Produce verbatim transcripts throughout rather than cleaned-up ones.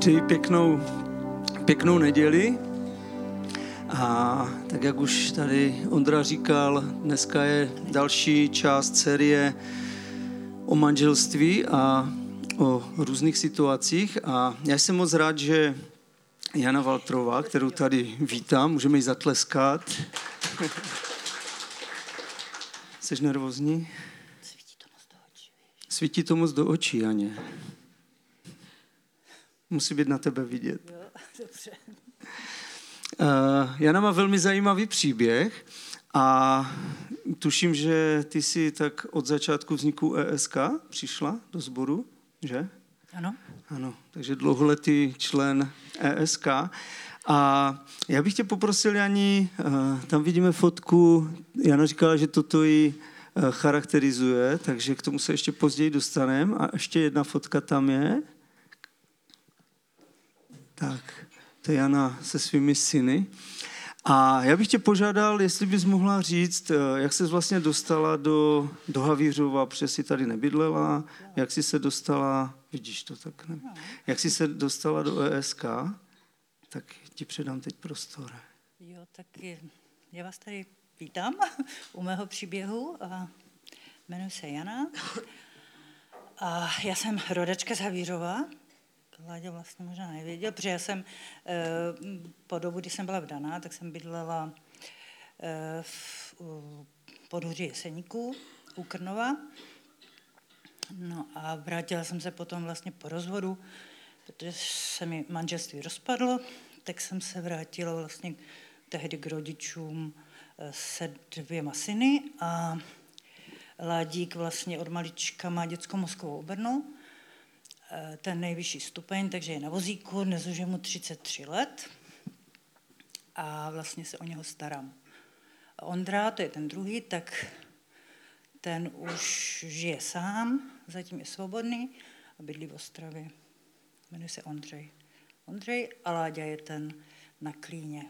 Přeji pěknou, pěknou neděli. A tak jak už tady Ondra říkal, dneska je další část série o manželství a o různých situacích. A já jsem moc rád, že Jana Waltrová, kterou tady vítám, můžeme jí zatleskat. Jsi nervózní? Svítí to moc do očí. Svítí to moc do očí, Janě. Musí být na tebe vidět. Jo, dobře. Uh, Jana má velmi zajímavý příběh a tuším, že ty jsi tak od začátku vzniku E S K přišla do sboru, že? Ano. Ano, takže dlouholetý člen E S K. A já bych tě poprosil, Jani, uh, tam vidíme fotku, Jana říkala, že toto ji uh, charakterizuje, takže k tomu se ještě později dostaneme. A ještě jedna fotka tam je. Tak, to je Jana se svými syny. A já bych tě požádal, jestli bys mohla říct, jak jsi vlastně dostala do, do Havířova, protože jsi tady nebydlela, jak jsi se dostala, vidíš to tak, ne? Jak jsi se dostala do E S K, tak ti předám teď prostor. Jo, tak já vás tady vítám u mého příběhu a jmenuji se Jana. A já jsem rodačka z Havířova. Láďa vlastně možná nevěděl, protože já jsem po dobu, kdy jsem byla vdaná, tak jsem bydlela v Podhoří Jeseníků u Krnova. No a vrátila jsem se potom vlastně po rozvodu, protože se mi manželství rozpadlo, tak jsem se vrátila vlastně tehdy k rodičům se dvěma syny a Ládík vlastně od malička má dětskou mozkovou obrnu, ten nejvyšší stupeň, takže je na vozíku, dnes už je mu třicet tři let a vlastně se o něho starám. A Ondra, to je ten druhý, tak ten už žije sám, zatím je svobodný a bydlí v Ostravě. Jmenuje se Ondřej. Ondřej a Láďa je ten na Klíně.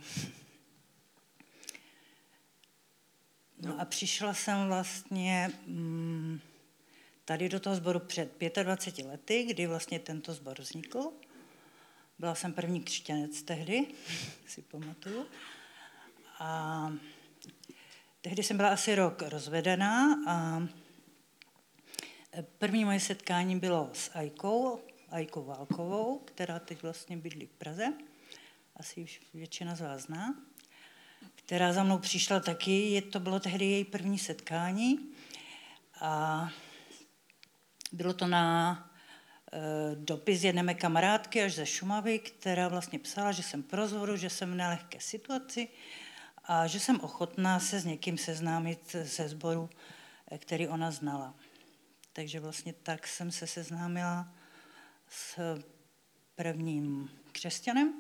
No a přišla jsem vlastně mm, tady do toho sboru před dvaceti pěti lety, kdy vlastně tento sbor vznikl. Byla jsem první křesťanec tehdy, si pamatuju. A tehdy jsem byla asi rok rozvedená a první moje setkání bylo s Ajkou, Ajkou Válkovou, která teď vlastně bydlí v Praze. Asi už většina z vás zná. Která za mnou přišla taky, to bylo tehdy její první setkání. A bylo to na e, dopis jedné mé kamarádky až ze Šumavy, která vlastně psala, že jsem po rozvodu, že jsem v nelehké situaci a že jsem ochotná se s někým seznámit ze sboru, který ona znala. Takže vlastně tak jsem se seznámila s prvním křesťanem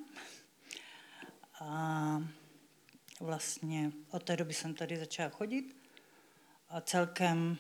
a vlastně od té doby jsem tady začala chodit a celkem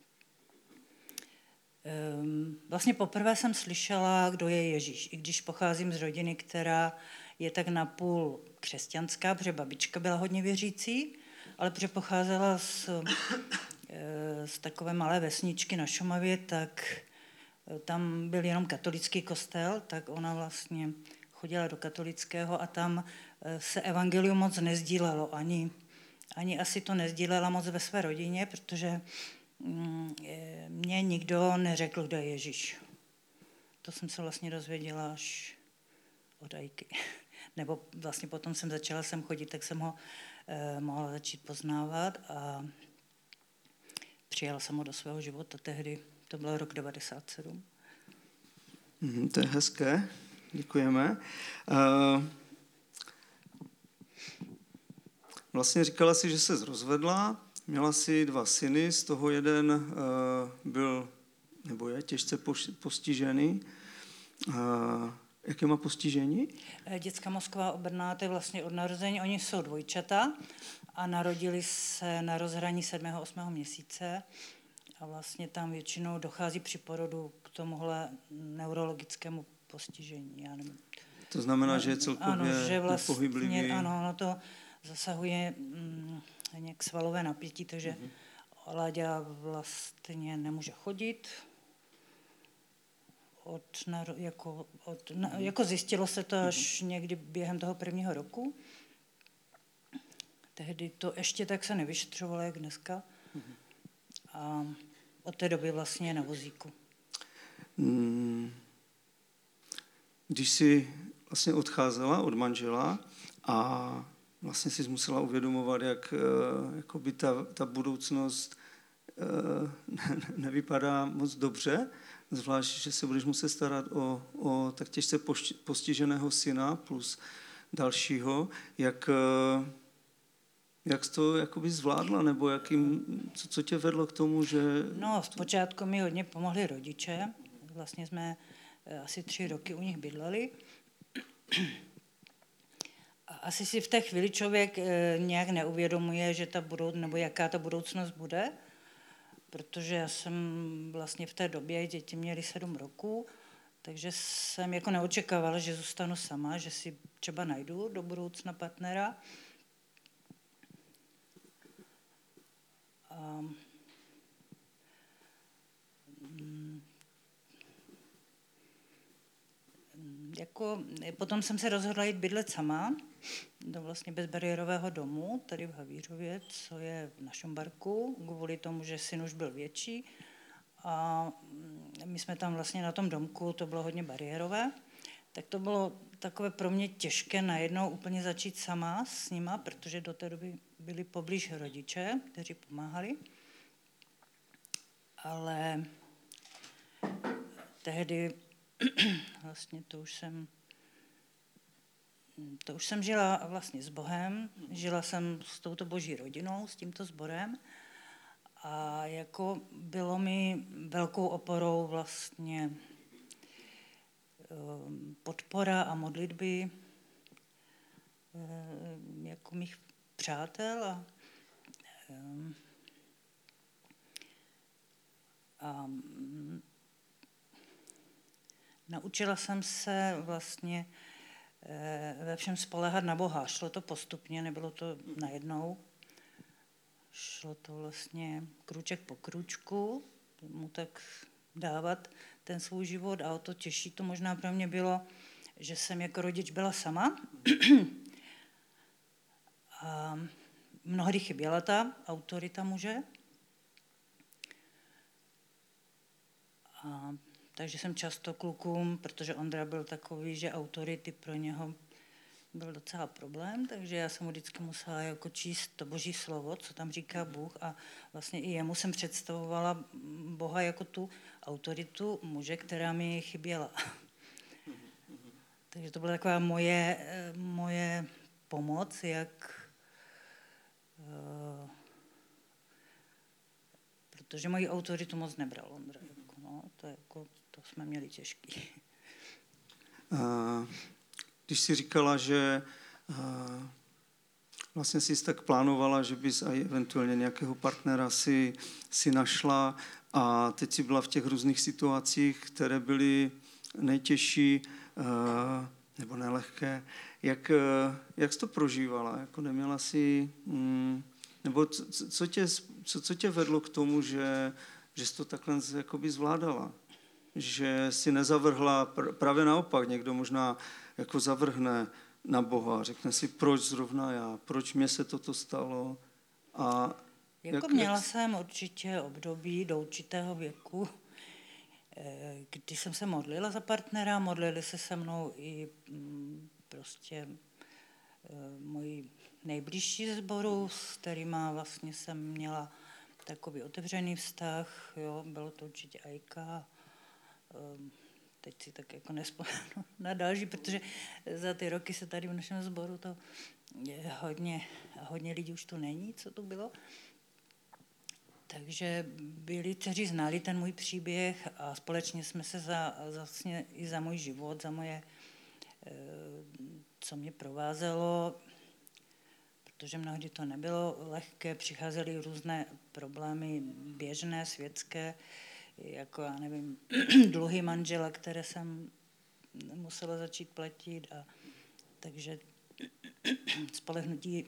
vlastně poprvé jsem slyšela, kdo je Ježíš, i když pocházím z rodiny, která je tak napůl křesťanská, protože babička byla hodně věřící, ale protože pocházela z, z takové malé vesničky na Šumavě, tak tam byl jenom katolický kostel, tak ona vlastně chodila do katolického a tam se evangelium moc nezdílelo, ani, ani asi to nezdílela moc ve své rodině, protože mě nikdo neřekl, kdo je Ježíš. To jsem se vlastně dozvěděla až od Ajky. Nebo vlastně potom jsem začala sem chodit, tak jsem ho eh, mohla začít poznávat a přijala jsem ho do svého života tehdy. To bylo rok devadesát sedm. Mm, to je hezké, děkujeme. Uh, vlastně říkala si, že se rozvedla. Měla si dva syny, z toho jeden uh, byl, nebo je, těžce postižený. Uh, jaké má postižení? Dětská mozková obrna, to je vlastně od narození. Oni jsou dvojčata a narodili se na rozhraní sedmého osmého měsíce. A vlastně tam většinou dochází při porodu k tomuhle neurologickému postižení. Já nevím. To znamená, no, že je celkově ano, že vlastně, nepohyblivý? Ano, ono to zasahuje mm, nějak svalové napětí, takže mm-hmm. Láďa vlastně nemůže chodit, od, jako, od, jako zjistilo se to až někdy během toho prvního roku. Tehdy to ještě tak se nevyšetřovalo, jak dneska. A od té doby vlastně je na vozíku. Když jsi vlastně odcházela od manžela a vlastně jsi musela uvědomovat, jak jakoby ta, ta budoucnost nevypadá moc dobře, zvlášť, že se budeš muset starat o, o tak těžce postiženého syna plus dalšího, jak, jak jsi to jakoby zvládla, nebo jakým, co, co tě vedlo k tomu, že... No, zpočátku mi hodně pomohli rodiče, vlastně jsme asi tři roky u nich bydleli. A asi si v té chvíli člověk nějak neuvědomuje, že ta budou, nebo jaká ta budoucnost bude, protože já jsem vlastně v té době, děti měly sedm roků, takže jsem jako neočekávala, že zůstanu sama, že si třeba najdu do budoucna partnera. A jako, potom jsem se rozhodla jít bydlet sama do vlastně bezbariérového domu, tady v Havířově, co je na Šumbarku, kvůli tomu, že syn už byl větší. A my jsme tam vlastně na tom domku, to bylo hodně bariérové, tak to bylo takové pro mě těžké najednou úplně začít sama s nima, protože do té doby byli poblíž rodiče, kteří pomáhali. Ale tehdy vlastně to už jsem, to už jsem žila vlastně s Bohem, žila jsem s touto boží rodinou, s tímto sborem a jako bylo mi velkou oporou vlastně podpora a modlitby jako mých přátel a, a naučila jsem se vlastně ve všem spoléhat na Boha. Šlo to postupně, nebylo to najednou. Šlo to vlastně krůček po krůčku, mu tak dávat ten svůj život a o to těžší to možná pro mě bylo, že jsem jako rodič byla sama. A mnohdy chyběla ta autorita muže. A takže jsem často klukům, protože Ondra byl takový, že autority pro něho byl docela problém, takže já jsem mu vždycky musela jako číst to boží slovo, co tam říká Bůh a vlastně i jemu jsem představovala Boha jako tu autoritu muže, která mi chyběla. Takže to byla taková moje, moje pomoc, jak... Uh, protože moji autoritu moc nebral Ondra. Jako, no, to, jako, to jsme měli těžký. Uh, když jsi říkala, že uh, vlastně jsi tak plánovala, že bys aj eventuálně nějakého partnera si, si našla a teď jsi byla v těch různých situacích, které byly nejtěžší uh, nebo nelehké. Jak, uh, jak jsi to prožívala? Jako neměla jsi... Um, nebo co, co, tě, co, co tě vedlo k tomu, že, že jsi to takhle jakoby zvládala? Že si nezavrhla, právě naopak, někdo možná jako zavrhne na Boha, řekne si, proč zrovna já, proč mě se toto stalo. A jako jak, měla jak... jsem určitě období do určitého věku, kdy jsem se modlila za partnera, modlili se se mnou i prostě moji nejbližší sboru, s kterýma vlastně jsem měla takový otevřený vztah, jo, bylo to určitě Ajka. Teď si tak jako nespomenu na další, protože za ty roky se tady v našem sboru to je hodně, hodně lidí už tu není, co to bylo. Takže byli, kteří znali ten můj příběh a společně jsme se za, vlastně i za můj život, za moje, co mě provázelo, protože mnohdy to nebylo lehké, přicházely různé problémy běžné, světské, jako já nevím, dluhy manžela, které jsem musela začít platit. A, takže spolehnutí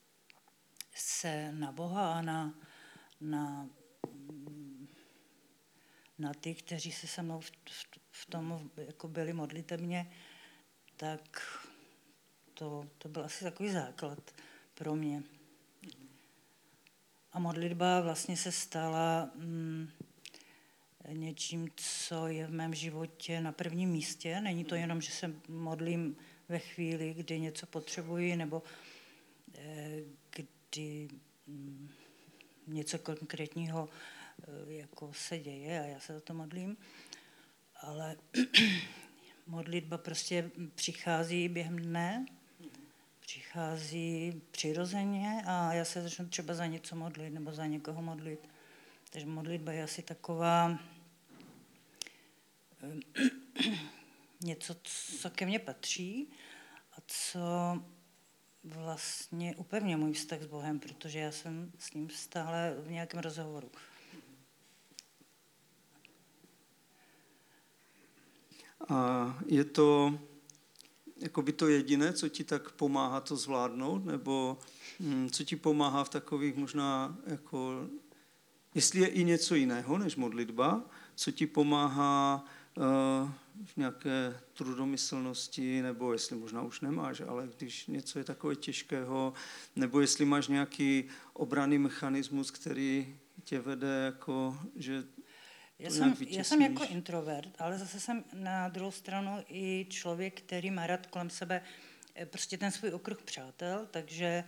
se na Boha a na, na, na ty, kteří se se mnou v, v, v tom jako byli modlitebně, tak to, to byl asi takový základ pro mě. A modlitba vlastně se stala mm, něčím, co je v mém životě na prvním místě. Není to jenom, že se modlím ve chvíli, kdy něco potřebuji, nebo eh, kdy mm, něco konkrétního eh, jako se děje a já se za to modlím. Ale modlitba prostě přichází během dne, přichází přirozeně a já se začnu třeba za něco modlit nebo za někoho modlit. Takže modlitba je asi taková něco, co ke mně patří a co vlastně upevňuje můj vztah s Bohem, protože já jsem s ním stále v nějakém rozhovoru. A je to jako by to jediné, co ti tak pomáhá to zvládnout, nebo hm, co ti pomáhá v takových možná, jako, jestli je i něco jiného než modlitba, co ti pomáhá uh, v nějaké trudomyslnosti, nebo jestli možná už nemáš, ale když něco je takové těžkého, nebo jestli máš nějaký obranný mechanismus, který tě vede, jako, že Já jsem, já jsem jako introvert, ale zase jsem na druhou stranu i člověk, který má rád kolem sebe prostě ten svůj okruh přátel, takže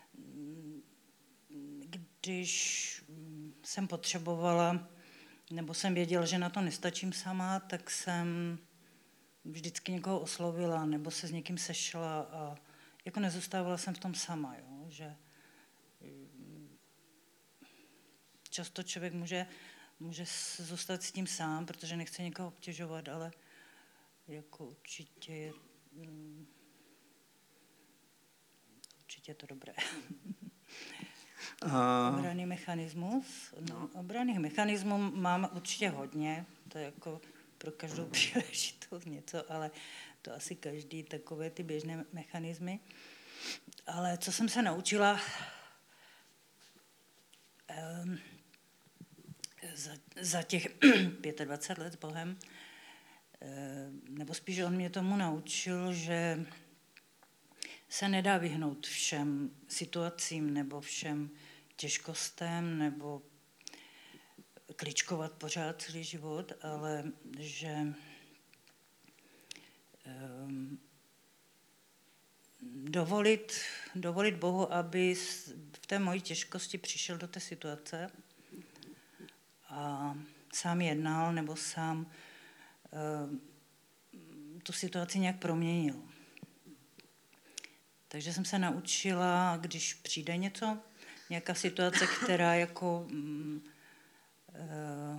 když jsem potřebovala, nebo jsem věděla, že na to nestačím sama, tak jsem vždycky někoho oslovila, nebo se s někým sešla a jako nezůstávala jsem v tom sama, jo? Že často člověk může může zůstat s tím sám, protože nechce někoho obtěžovat, ale jako určitě je, um, určitě je to dobré. A... Obranný mechanismus? No, obranných mechanismů mám určitě hodně, to je jako pro každou příležitost něco, ale to asi každý takové ty běžné mechanismy. Ale co jsem se naučila, um, Za, za těch dvacet pět let s Bohem, nebo spíš on mě tomu naučil, že se nedá vyhnout všem situacím nebo všem těžkostem nebo kličkovat pořád celý život, ale že um, dovolit, dovolit Bohu, aby v té mojí těžkosti přišel do té situace a sám jednal nebo sám uh, tu situaci nějak proměnil. Takže jsem se naučila, když přijde něco, nějaká situace, která jako um, uh,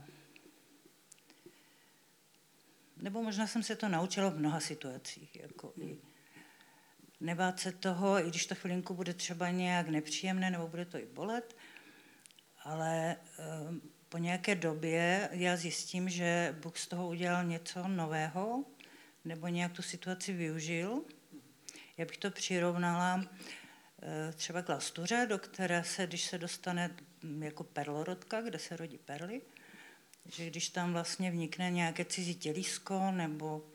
nebo možná jsem se to naučila v mnoha situacích, jako i nebát se toho, i když to chvilinku bude třeba nějak nepříjemné, nebo bude to i bolet, ale uh, po nějaké době já zjistím, že Bůh z toho udělal něco nového, nebo nějak tu situaci využil. Já bych to přirovnala třeba k lastuře, do které se, když se dostane jako perlorodka, kde se rodí perly, že když tam vlastně vnikne nějaké cizí tělísko, nebo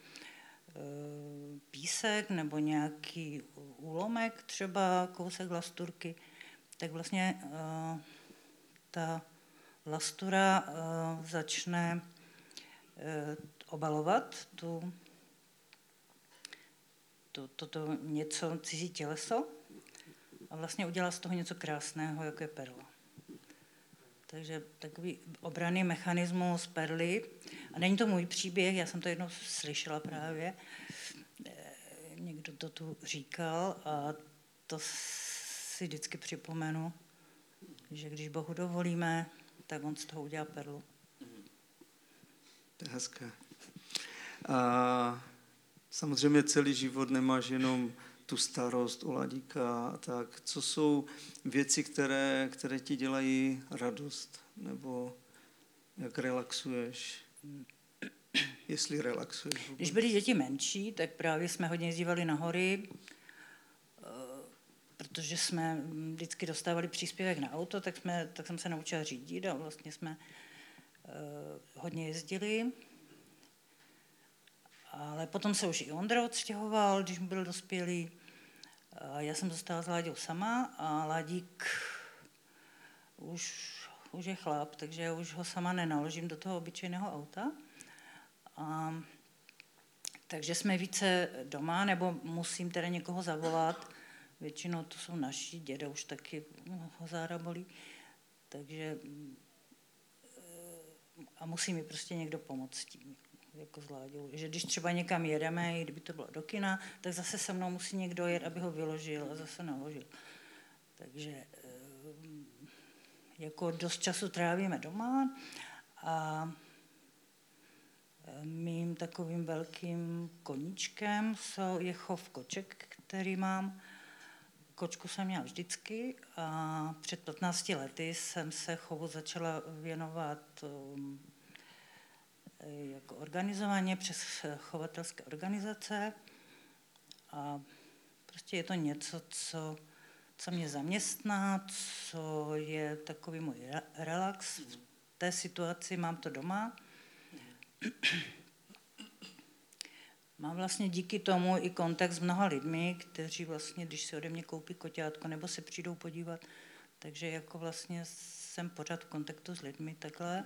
písek, nebo nějaký úlomek, třeba kousek lasturky, tak vlastně ta lastura uh, začne uh, obalovat tu, to, toto něco cizí těleso a vlastně udělá z toho něco krásného, jako je perla. Takže takový obranný mechanismus perly. A není to můj příběh, já jsem to jednou slyšela právě. Někdo to tu říkal a to si vždycky připomenu, že když Bohu dovolíme, tak on z toho udělá perlu. To je hezké. A samozřejmě celý život nemáš jenom tu starost o Ladíka, tak co jsou věci, které, které ti dělají radost? Nebo jak relaxuješ? Jestli relaxuješ vůbec? Když byly děti menší, tak právě jsme hodně jezdívali na hory, protože jsme vždycky dostávali příspěvek na auto, tak, jsme, tak jsem se naučila řídit a vlastně jsme uh, hodně jezdili. Ale potom se už i Ondra odstěhoval, když byl dospělý. Já jsem zůstala s Láďou sama a Láďík už, už je chlap, takže já už ho sama nenaložím do toho obyčejného auta. A, takže jsme více doma, nebo musím teda někoho zavolat. Většinou to jsou naši, děda už taky ho záda bolí. Takže a musí mi prostě někdo pomoct tím, jako s Láďou. Že když třeba někam jedeme, kdyby to bylo do kina, tak zase se mnou musí někdo jet, aby ho vyložil a zase naložil. Takže jako dost času trávíme doma a mým takovým velkým koníčkem je chov koček, který mám. Kočku jsem měla vždycky a před patnácti lety jsem se chovu začala věnovat jako organizovaně přes chovatelské organizace a prostě je to něco, co, co mě zaměstná, co je takový můj relax. V té situaci mám to doma. Mám vlastně díky tomu i kontakt s mnoha lidmi, kteří vlastně, když si ode mě koupí koťátko nebo se přijdou podívat, takže jako vlastně jsem pořád v kontaktu s lidmi takhle.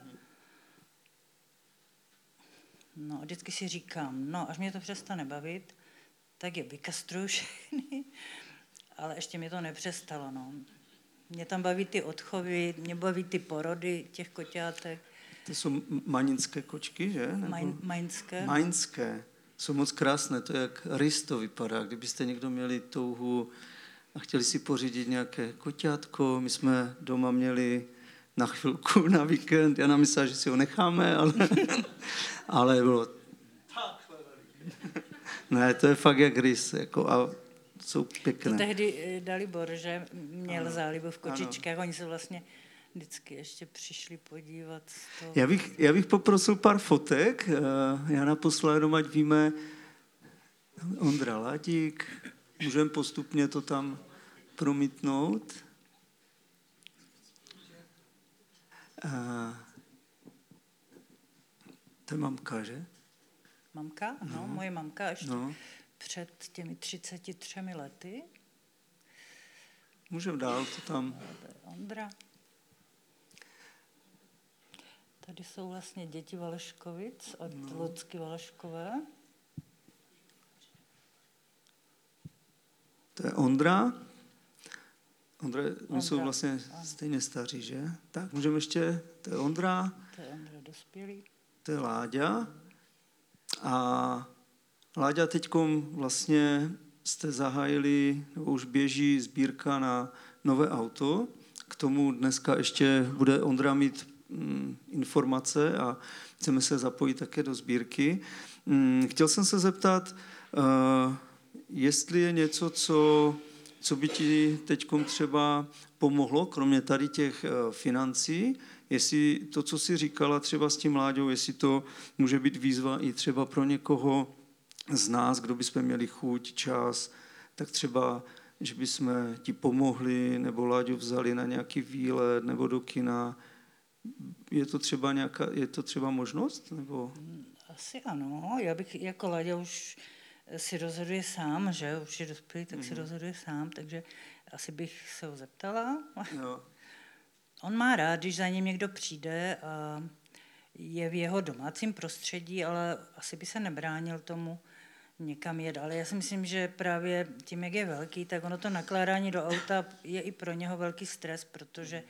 No a vždycky si říkám, no až mě to přestane bavit, tak je vykastruju všechny, ale ještě mě to nepřestalo, no. Mě tam baví ty odchovy, mě baví ty porody těch koťátek. To jsou maninské kočky, že? Main, mainské. Mainské. Jsou moc krásné, to je jak rys to vypadá. Kdybyste někdo měli touhu a chtěli si pořídit nějaké koťátko, my jsme doma měli na chvilku, na víkend, já namyslela, že si ho necháme, ale, ale bylo takhle veliký. Ne, to je fakt jak rys, jako a jsou pěkné. To tehdy Dalibor, že měl zálibu v kočičkách, oni se vlastně vždycky ještě přišli podívat. To... Já, bych, já bych poprosil pár fotek. Já naposled jenom, ať víme, Ondra Láďík, můžeme postupně to tam promítnout. A... To je mamka, že? Mamka? No, no. Moje mamka ještě no. Před těmi třiceti třemi lety. Můžeme dál to tam. Ondra. Tady jsou vlastně děti Valeškovic od no. Lucky Valeškové. To je Ondra. Ondra, Ondra. my jsou vlastně stejně staří, že? Tak, můžeme ještě, to je Ondra. To je Ondra dospělý. To je Láďa. A Láďa, teďkom vlastně jste zahájili, nebo už běží sbírka na nové auto. K tomu dneska ještě bude Ondra mít mm, informace a chceme se zapojit také do sbírky. Mm, chtěl jsem se zeptat, uh, jestli je něco, co, co by ti teďkom třeba pomohlo, kromě tady těch uh, financí, jestli to, co jsi říkala třeba s tím Láďou, jestli to může být výzva i třeba pro někoho z nás, kdo bychom měli chuť, čas, tak třeba, že bychom ti pomohli, nebo Láďu vzali na nějaký výlet, nebo do kina. Je to třeba nějaká, je to třeba možnost? Nebo? Asi ano. Já bych, jako Láďa už si rozhoduje sám, že už je dospělý, tak mm-hmm. si rozhoduje sám, takže asi bych se ho zeptala. Jo. On má rád, když za ním někdo přijde a je v jeho domácím prostředí, ale asi by se nebránil tomu někam jet. Ale já si myslím, že právě tím, jak je velký, tak ono to nakládání do auta je i pro něho velký stres, protože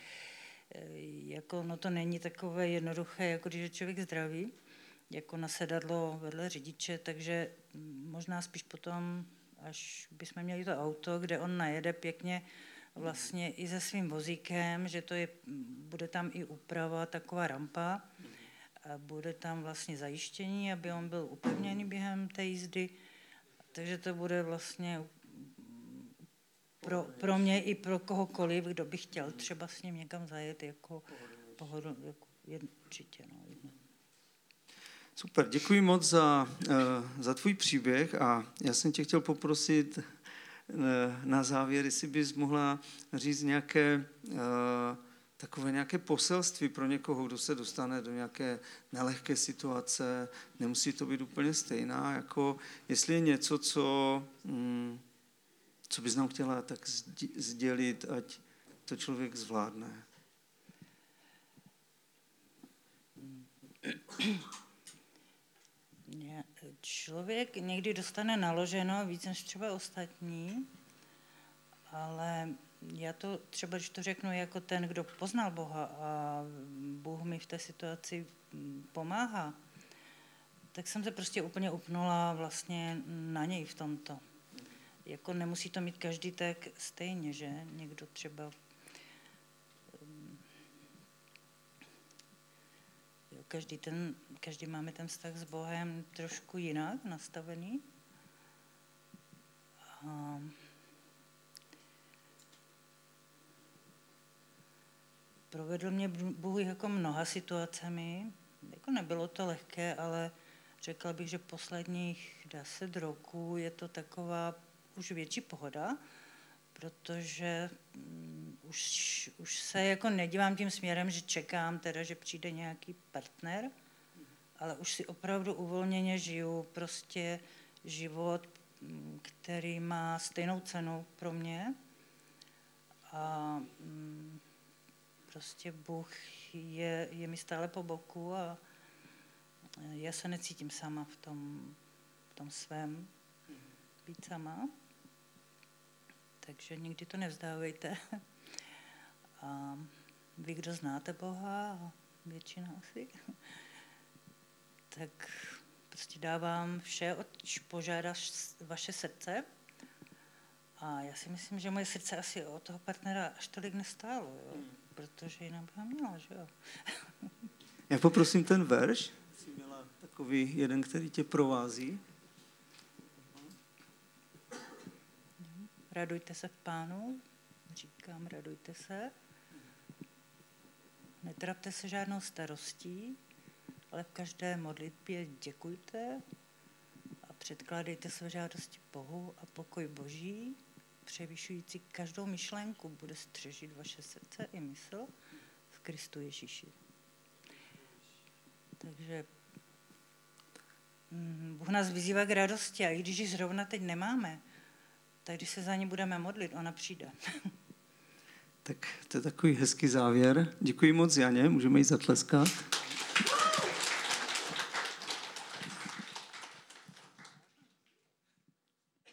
jako, no to není takové jednoduché, jako když je člověk zdravý, jako na sedadlo vedle řidiče, takže možná spíš potom, až bychom měli to auto, kde on najede pěkně vlastně i se svým vozíkem, že to je, bude tam i úprava, taková rampa, a bude tam vlastně zajištění, aby on byl upevněný během té jízdy, takže to bude vlastně pro, pro mě i pro kohokoliv, kdo by chtěl třeba s ním někam zajet, jako pohodu, jako jedno, určitě. No, jedno. Super, děkuji moc za, za tvůj příběh a já jsem tě chtěl poprosit na závěr, jestli bys mohla říct nějaké takové nějaké poselství pro někoho, kdo se dostane do nějaké nelehké situace. Nemusí to být úplně stejná, jako jestli je něco, co, mm, co bys nám chtěla tak sdělit, ať to člověk zvládne. Člověk někdy dostane naloženo víc než třeba ostatní, ale já to třeba, když to řeknu jako ten, kdo poznal Boha a Bůh mi v té situaci pomáhá, tak jsem se prostě úplně upnula vlastně na něj v tomto. Jako nemusí to mít každý tak stejně, že? Někdo třeba Každý, ten, každý máme ten vztah s Bohem trošku jinak nastavený. A provedl mě Bůh jako mnoha situacemi. Jako nebylo to lehké, ale řekla bych, že posledních deset roků je to taková už větší pohoda, protože um, už, už se jako nedívám tím směrem, že čekám teda, že přijde nějaký partner, ale už si opravdu uvolněně žiju prostě život, který má stejnou cenu pro mě a um, prostě Bůh je, je mi stále po boku a já se necítím sama v tom, v tom svém být sama. Takže nikdy to nevzdávejte. A vy, kdo znáte Boha, a většina asi, tak prostě dávám vše, oč požádá vaše srdce. A já si myslím, že moje srdce asi od toho partnera až tolik nestálo, jo? Protože jinak bych ho měla, že jo. Já poprosím ten verš, jsi měla takový jeden, který tě provází. Radujte se v Pánu, říkám, radujte se. Netrapte se žádnou starostí, ale v každé modlitbě děkujte a předkládejte své žádosti Bohu a pokoj Boží, převyšující každou myšlenku, bude střežit vaše srdce i mysl v Kristu Ježíši. Takže Bůh nás vyzývá k radosti a i když ji zrovna teď nemáme, tak když se za ní budeme modlit, ona přijde. Tak to je takový hezký závěr. Děkuji moc, Janě, můžeme jí zatleskat.